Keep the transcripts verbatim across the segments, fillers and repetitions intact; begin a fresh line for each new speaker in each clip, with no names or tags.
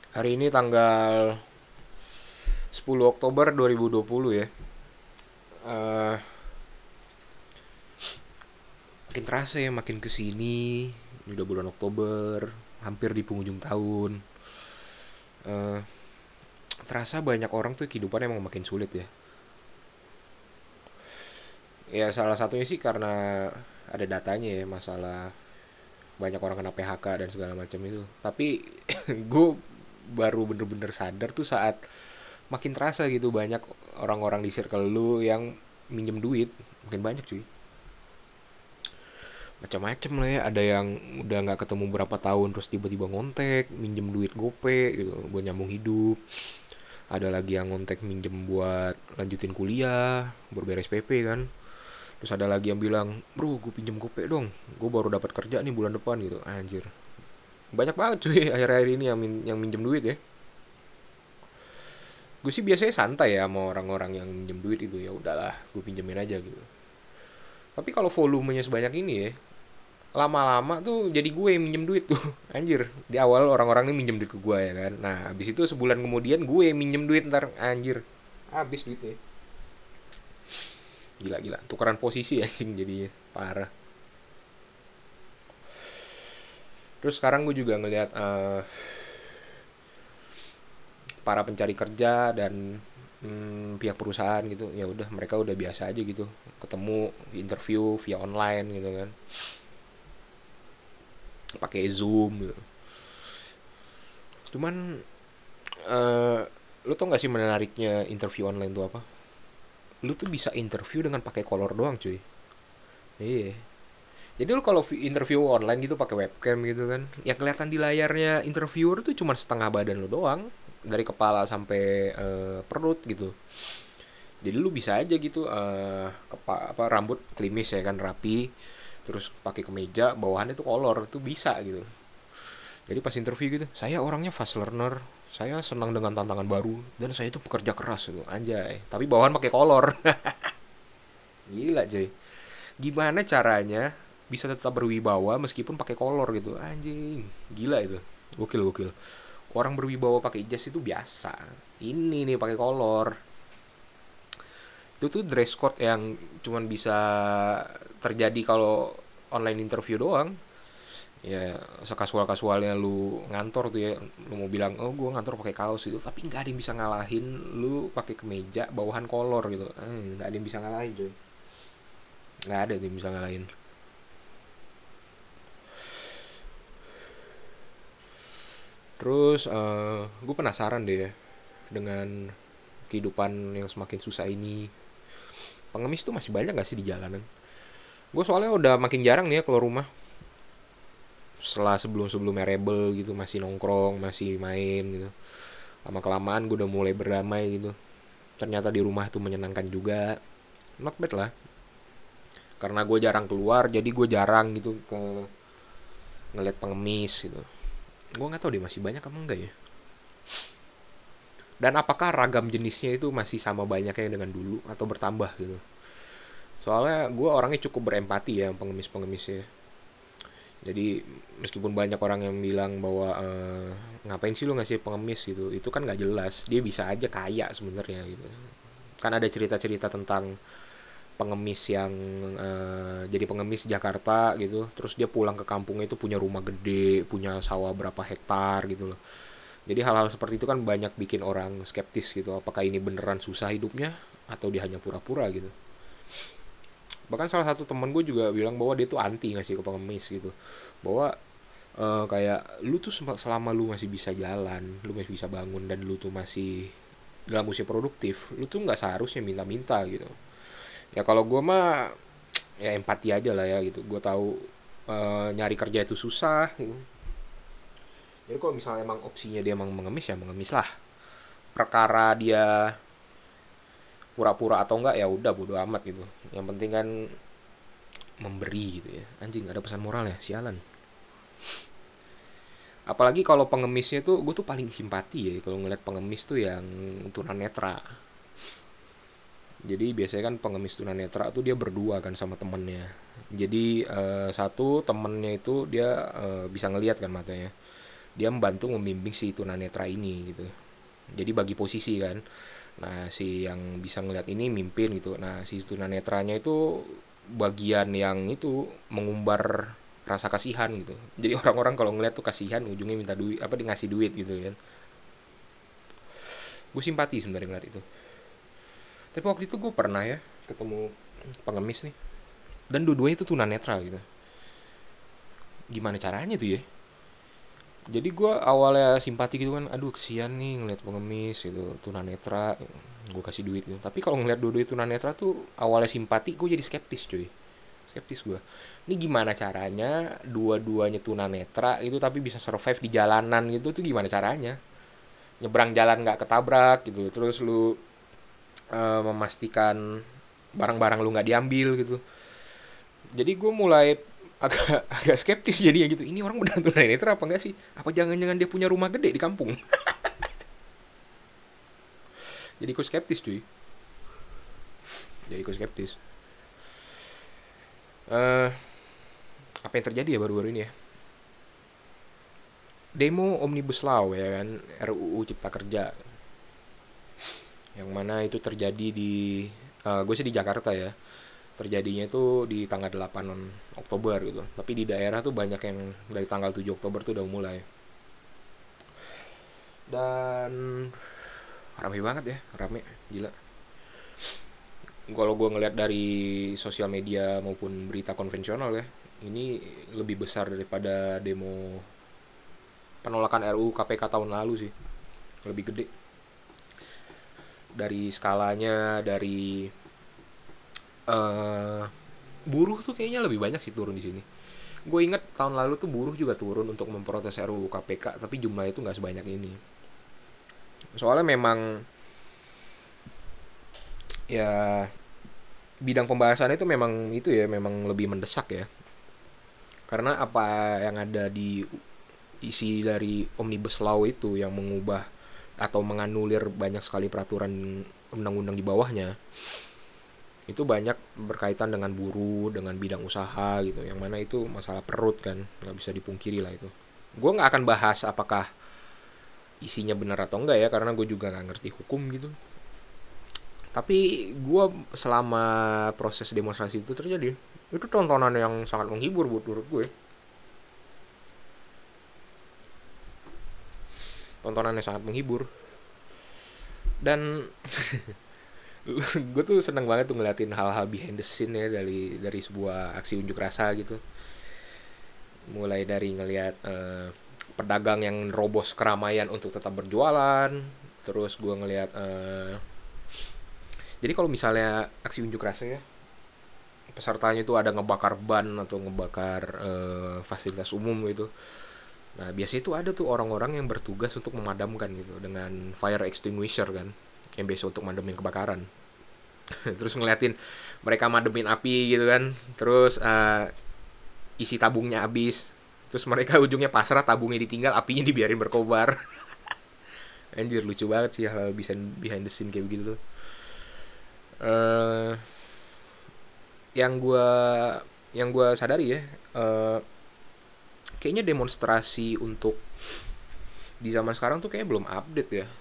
Hari ini tanggal sepuluh Oktober dua ribu dua puluh ya. Eh, Makin terasa ya, makin kesini. Ini udah bulan Oktober, hampir di penghujung tahun. Eh, Terasa banyak orang tuh kehidupan emang makin sulit ya. Ya salah satunya sih karena ada datanya ya, masalah banyak orang kena P H K dan segala macam itu. Tapi gue baru bener-bener sadar tuh saat makin terasa gitu banyak orang-orang di circle lu yang minjem duit makin banyak cuy, macam-macam lah ya. Ada yang udah nggak ketemu berapa tahun terus tiba-tiba ngontek minjem duit gope gitu buat nyambung hidup. Ada lagi yang ngontek minjem buat lanjutin kuliah, berberes P P kan. Terus ada lagi yang bilang, bro gue pinjem gope dong, gue baru dapat kerja nih bulan depan gitu. Anjir, banyak banget cuy akhir-akhir ini yang min yang minjem duit ya. Gue sih biasanya santai ya sama orang-orang yang minjem duit itu, ya udahlah gue pinjemin aja gitu. Tapi kalau volumenya sebanyak ini ya, lama-lama tuh jadi gue yang minjem duit tuh. Anjir, di awal orang-orang ini minjem duit ke gue ya kan. Nah habis itu sebulan kemudian gue yang minjem duit, ntar anjir habis duitnya. Gila-gila tukeran posisi anjing jadinya parah. Terus sekarang gue juga ngelihat uh, para pencari kerja dan hmm, pihak perusahaan gitu, ya udah mereka udah biasa aja gitu ketemu interview via online gitu kan, pakai Zoom gitu. Cuman uh, lu tau gak sih menariknya interview online tuh apa? Lu tuh bisa interview dengan pakai kolor doang cuy. Iya. Jadi lu kalau interview online gitu pakai webcam gitu kan, yang kelihatan di layarnya interviewer tuh cuma setengah badan lu doang, dari kepala sampai uh, perut gitu. Jadi lu bisa aja gitu uh, kepa, apa rambut klimis ya kan, rapi, terus pakai kemeja bawahannya tuh kolor tuh bisa gitu. Jadi pas interview gitu, saya orangnya fast learner, saya senang dengan tantangan baru dan saya itu pekerja keras gitu, anjay, tapi bawahan pakai kolor. Gila cuy, gimana caranya bisa tetap berwibawa meskipun pakai kolor gitu, anjing, gila itu, gokil gokil. Orang berwibawa pakai jas itu biasa, ini nih pakai kolor. Itu tuh dress code yang cuman bisa terjadi kalau online interview doang. Ya sekasual kasualnya lu ngantor tuh ya, lu mau bilang oh gue ngantor pakai kaos itu, tapi nggak ada yang bisa ngalahin lu pakai kemeja bawahan kolor gitu. Eh, nggak ada yang bisa ngalahin coy, nggak ada yang bisa ngalahin. Terus uh, gue penasaran deh ya dengan kehidupan yang semakin susah ini. Pengemis tuh masih banyak gak sih di jalanan? Gue soalnya udah makin jarang nih ya keluar rumah. Setelah sebelum-sebelumnya rebel gitu, masih nongkrong, masih main gitu. Lama kelamaan gue udah mulai berdamai gitu. Ternyata di rumah tuh menyenangkan juga. Not bad lah. Karena gue jarang keluar, jadi gue jarang gitu ke ngeliat pengemis gitu. Gue nggak tahu deh masih banyak apa enggak ya. Dan apakah ragam jenisnya itu masih sama banyaknya dengan dulu atau bertambah gitu. Soalnya gue orangnya cukup berempati ya pengemis-pengemisnya. Jadi meskipun banyak orang yang bilang bahwa eh, ngapain sih lu ngasih pengemis gitu, itu kan nggak jelas. Dia bisa aja kaya sebenarnya gitu. Kan ada cerita-cerita tentang pengemis yang eh, jadi pengemis Jakarta gitu, terus dia pulang ke kampungnya itu punya rumah gede, punya sawah berapa hektar gitu loh. Jadi hal-hal seperti itu kan banyak bikin orang skeptis gitu, apakah ini beneran susah hidupnya atau dia hanya pura-pura gitu. Bahkan salah satu temen gue juga bilang bahwa dia tuh anti ngasih ke pengemis gitu, bahwa eh, kayak lu tuh selama lu masih bisa jalan, lu masih bisa bangun dan lu tuh masih dalam usia produktif, lu tuh nggak seharusnya minta-minta gitu. Ya kalau gue mah ya empati aja lah ya gitu, gue tahu eh, nyari kerja itu susah gitu. Jadi kalau misalnya emang opsinya dia emang mengemis ya mengemis lah. Perkara dia pura-pura atau enggak ya udah bodo amat gitu. Yang penting kan memberi gitu ya. Anjing ada pesan moral ya, sialan. Apalagi kalau pengemisnya tuh gue tuh paling simpati ya kalau ngeliat pengemis tuh yang tunanetra. Jadi biasanya kan pengemis tunanetra tuh dia berdua kan sama temennya. Jadi eh, satu temennya itu dia eh, bisa ngelihat kan matanya. dia membantu membimbing si tunanetra ini gitu. Jadi bagi posisi kan. Nah, si yang bisa ngeliat ini mimpin gitu. Nah, si tunanetranya itu bagian yang itu mengumbar rasa kasihan gitu. Jadi orang-orang kalau ngeliat tuh kasihan, ujungnya minta duit, apa di ngasih duit gitu kan. Gue simpati sebenarnya ngeliat itu. Tapi waktu itu gue pernah ya ketemu pengemis nih. Dan dua-duanya itu tunanetra gitu. Gimana caranya tuh ya? Jadi gue awalnya simpati gitu kan, aduh kesian nih ngeliat pengemis gitu, tunanetra, gue kasih duit gitu. Tapi kalau ngeliat dua-dua tunanetra tuh awalnya simpati, gue jadi skeptis cuy, skeptis gue. Ini gimana caranya dua-duanya tunanetra itu tapi bisa survive di jalanan gitu tuh gimana caranya? Nyebrang jalan nggak ketabrak gitu, terus lu eh, memastikan barang-barang lu nggak diambil gitu. Jadi gue mulai agak agak skeptis jadinya gitu. Ini orang beneran tunanetra apa enggak sih? Apa jangan-jangan dia punya rumah gede di kampung? Jadi gue skeptis cuy. Jadi gue skeptis. Eh, apa yang terjadi ya baru-baru ini ya? Demo Omnibus Law ya kan, R U U Cipta Kerja. Yang mana itu terjadi di eh, gue sih di Jakarta ya. Terjadinya itu di tanggal delapan Oktober gitu. Tapi di daerah tuh banyak yang dari tanggal tujuh Oktober tuh udah mulai. Dan rame banget ya, rame, gila. Kalau gue ngeliat dari sosial media maupun berita konvensional ya, ini lebih besar daripada demo penolakan R U U K P K tahun lalu sih. Lebih gede. Dari skalanya, dari uh, buruh tuh kayaknya lebih banyak sih turun di sini. Gue inget tahun lalu tuh buruh juga turun untuk memprotes R U U K P K, tapi jumlahnya itu nggak sebanyak ini. Soalnya memang ya bidang pembahasannya itu memang itu ya memang lebih mendesak ya. Karena apa yang ada di isi dari Omnibus Law itu yang mengubah atau menganulir banyak sekali peraturan undang-undang di bawahnya itu banyak berkaitan dengan buruh, dengan bidang usaha gitu, yang mana itu masalah perut kan, nggak bisa dipungkiri lah itu. Gue nggak akan bahas apakah isinya benar atau enggak ya, karena gue juga nggak ngerti hukum gitu. Tapi gue selama proses demonstrasi itu terjadi, itu tontonan yang sangat menghibur buat menurut gue. Tontonannya sangat menghibur. Dan gue tuh seneng banget tuh ngeliatin hal-hal behind the scene ya dari dari sebuah aksi unjuk rasa gitu. Mulai dari ngeliat eh, pedagang yang robos keramaian untuk tetap berjualan. Terus gue ngeliat eh, jadi kalau misalnya aksi unjuk rasa ya, pesertanya itu ada ngebakar ban atau ngebakar eh, fasilitas umum gitu. Nah biasanya itu ada tuh orang-orang yang bertugas untuk memadamkan gitu dengan fire extinguisher kan, yang biasa untuk madamin kebakaran. Terus ngeliatin mereka mademin api gitu kan, terus uh, isi tabungnya habis, terus mereka ujungnya pasrah, tabungnya ditinggal, apinya dibiarin berkobar. Anjir lucu banget sih hal bisa behind the scene kayak begitu tuh. Uh, yang gue yang gue sadari ya, uh, kayaknya demonstrasi untuk di zaman sekarang tuh kayaknya belum update ya.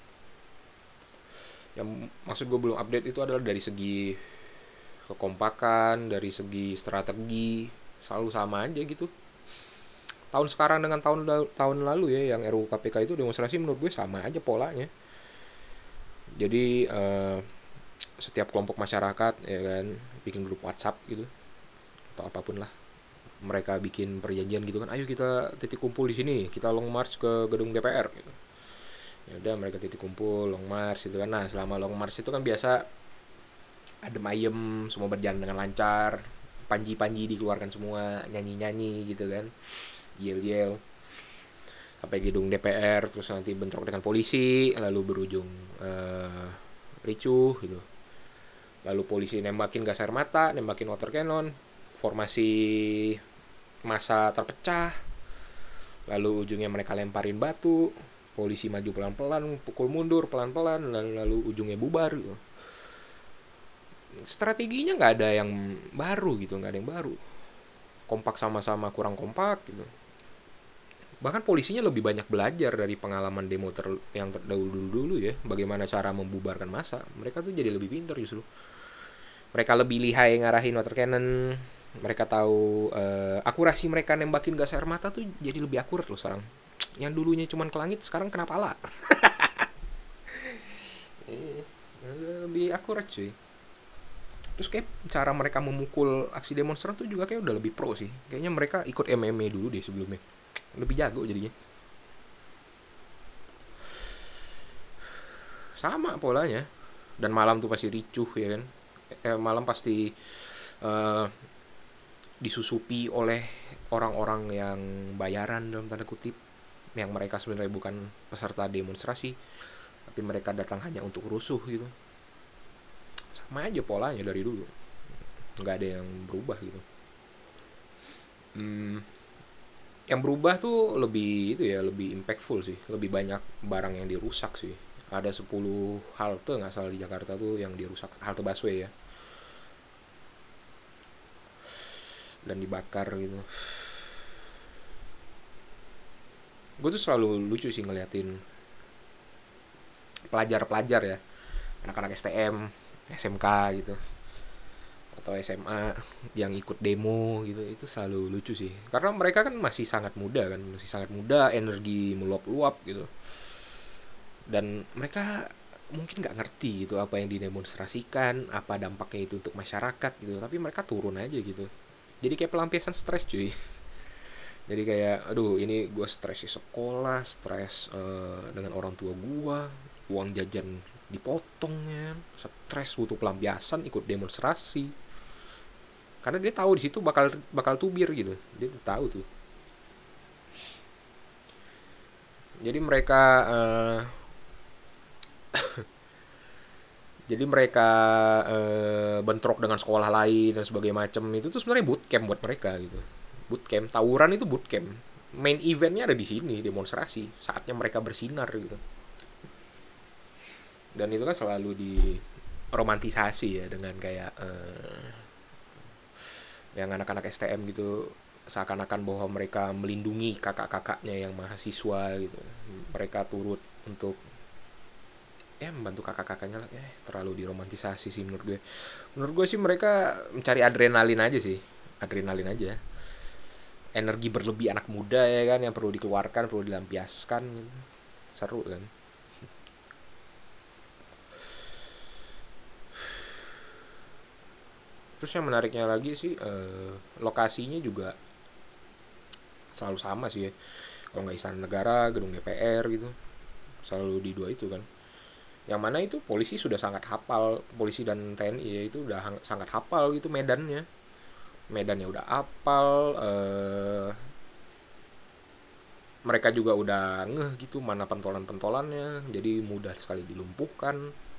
Yang maksud gue belum update itu adalah dari segi kekompakan, dari segi strategi, selalu sama aja gitu. Tahun sekarang dengan tahun tahun lalu ya, yang R U U K P K itu demonstrasi menurut gue sama aja polanya. Jadi uh, setiap kelompok masyarakat ya kan bikin grup WhatsApp gitu atau apapun lah, mereka bikin perjanjian gitu kan, ayo kita titik kumpul di sini, kita long march ke gedung D P R gitu. Ya udah mereka titik kumpul long march gitu kan. Nah selama long march itu kan biasa adem ayem, semua berjalan dengan lancar, panji-panji dikeluarkan semua, nyanyi-nyanyi gitu kan, yel-yel sampai gedung D P R, terus nanti bentrok dengan polisi, lalu berujung uh, ricuh gitu. Lalu polisi nembakin gas air mata, nembakin water cannon, formasi massa terpecah, lalu ujungnya mereka lemparin batu, polisi maju pelan-pelan, pukul mundur pelan-pelan, lalu, lalu ujungnya bubar gitu. Strateginya nggak ada yang baru gitu, nggak ada yang baru, kompak sama-sama kurang kompak gitu. Bahkan polisinya lebih banyak belajar dari pengalaman demo ter yang terdahulu dulu ya, bagaimana cara membubarkan massa. Mereka tuh jadi lebih pintar justru. Mereka lebih lihai ngarahin water cannon. Mereka tahu uh, akurasi mereka nembakin gas air mata tuh jadi lebih akurat loh sekarang. Yang dulunya cuman ke langit, sekarang kena pala. Lebih akurat cuy. Terus kayak cara mereka memukul aksi demonstran tuh juga kayak udah lebih pro sih. Kayaknya mereka ikut M M A dulu deh sebelumnya. Lebih jago jadinya. Sama polanya. Dan malam tuh pasti ricuh ya kan. Eh, malam pasti uh, disusupi oleh orang-orang yang bayaran dalam tanda kutip, yang mereka sebenarnya bukan peserta demonstrasi, tapi mereka datang hanya untuk rusuh gitu. Sama aja polanya dari dulu, nggak ada yang berubah gitu. hmm, yang berubah tuh lebih itu ya, lebih impactful sih, lebih banyak barang yang dirusak sih. Ada sepuluh halte nggak salah di Jakarta tuh yang dirusak, halte busway ya, dan dibakar gitu. Gue tuh selalu lucu sih ngeliatin pelajar-pelajar ya, anak-anak S T M, S M K gitu, atau S M A yang ikut demo gitu. Itu selalu lucu sih, karena mereka kan masih sangat muda kan, masih sangat muda, energi meluap-luap gitu, dan mereka mungkin nggak ngerti gitu apa yang didemonstrasikan, apa dampaknya itu untuk masyarakat gitu, tapi mereka turun aja gitu. Jadi kayak pelampiasan stres cuy. Jadi kayak aduh ini gue stres di sekolah, stres uh, dengan orang tua gue, uang jajan dipotong ya, stres, butuh pelampiasan, ikut demonstrasi. Karena dia tahu di situ bakal bakal tubir gitu, dia tahu tuh. Jadi mereka uh, jadi mereka uh, bentrok dengan sekolah lain dan sebagainya macam, itu tuh sebenarnya bootcamp buat mereka gitu. Bootcamp, tawuran itu bootcamp. Main eventnya ada di sini, demonstrasi. Saatnya mereka bersinar gitu. Dan itu kan selalu diromantisasi ya dengan kayak uh, yang anak-anak S T M gitu, seakan-akan bahwa mereka melindungi kakak-kakaknya yang mahasiswa gitu. Mereka turut untuk ya membantu kakak-kakaknya lah. Eh, terlalu diromantisasi sih menurut gue. Menurut gue sih mereka mencari adrenalin aja sih. Adrenalin aja. Energi berlebih anak muda ya kan, yang perlu dikeluarkan, perlu dilampiaskan gitu. Seru kan. Terus yang menariknya lagi sih eh, lokasinya juga selalu sama sih ya. Kalau nggak Istana Negara, Gedung D P R gitu, selalu di dua itu kan. Yang mana itu polisi sudah sangat hafal, polisi dan T N I ya, itu udah sangat hafal gitu medannya. Medannya udah hafal, eh, mereka juga udah ngeh gitu mana pentolan-pentolannya, jadi mudah sekali dilumpuhkan.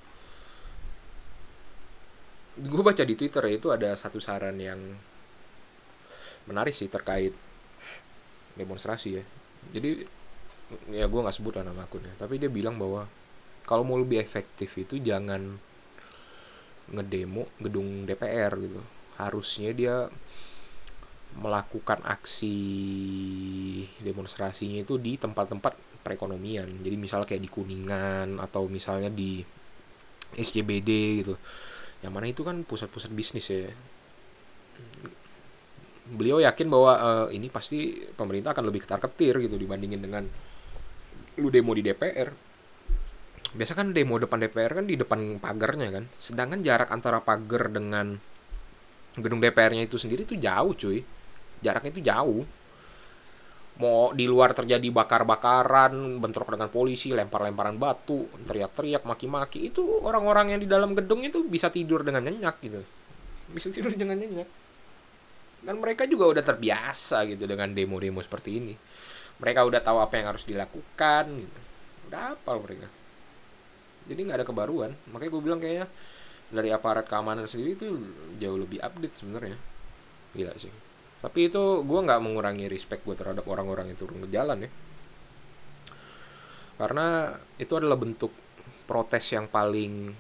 Gue baca di Twitter ya, itu ada satu saran yang menarik sih terkait demonstrasi ya. Jadi ya gue nggak sebut lah nama akunnya, tapi dia bilang bahwa kalau mau lebih efektif itu jangan ngedemo gedung D P R gitu. Harusnya dia melakukan aksi demonstrasinya itu di tempat-tempat perekonomian. Jadi misalnya kayak di Kuningan atau misalnya di S C B D gitu. Yang mana itu kan pusat-pusat bisnis ya. Beliau yakin bahwa uh, ini pasti pemerintah akan lebih ketar-ketir gitu dibandingin dengan lu demo di D P R. Biasa kan demo depan D P R kan di depan pagarnya kan. Sedangkan jarak antara pagar dengan gedung D P R-nya itu sendiri tuh jauh cuy. Jaraknya itu jauh. Mau di luar terjadi bakar-bakaran, bentrok dengan polisi, lempar-lemparan batu, teriak-teriak, maki-maki, itu orang-orang yang di dalam gedung itu bisa tidur dengan nyenyak gitu. Bisa tidur dengan nyenyak. Dan mereka juga udah terbiasa gitu dengan demo-demo seperti ini. Mereka udah tahu apa yang harus dilakukan gitu. Udah hafal mereka. Jadi nggak ada kebaruan. Makanya gue bilang kayaknya dari aparat keamanan sendiri itu jauh lebih update sebenarnya. Gila sih. Tapi itu gue nggak mengurangi respect gue terhadap orang-orang yang turun ke jalan ya. Karena itu adalah bentuk protes yang paling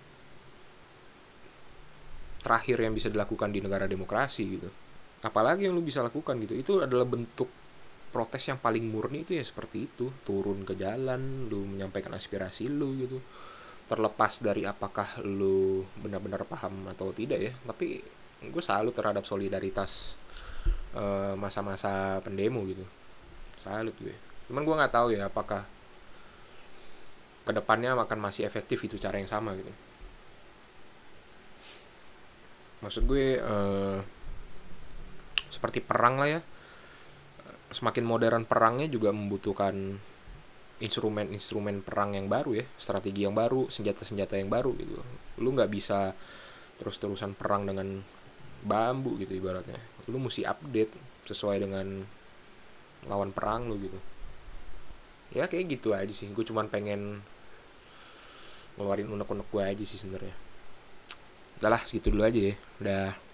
terakhir yang bisa dilakukan di negara demokrasi gitu. Apalagi yang lu bisa lakukan gitu. Itu adalah bentuk protes yang paling murni itu ya seperti itu, turun ke jalan, lu menyampaikan aspirasi lu gitu, terlepas dari apakah lu benar-benar paham atau tidak ya. Tapi gue salut terhadap solidaritas eh, masa-masa pendemo gitu, salut gue. Cuman gue nggak tahu ya apakah kedepannya akan masih efektif itu cara yang sama gitu. Maksud gue eh, seperti perang lah ya, semakin modern perangnya juga membutuhkan instrumen-instrumen perang yang baru ya, strategi yang baru, senjata-senjata yang baru gitu. Lu nggak bisa terus-terusan perang dengan bambu gitu ibaratnya. Lu mesti update sesuai dengan lawan perang lu gitu. Ya kayak gitu aja sih. Gue cuman pengen ngeluarin unek-unek gue aja sih sebenarnya. Udah lah, segitu dulu aja ya. Udah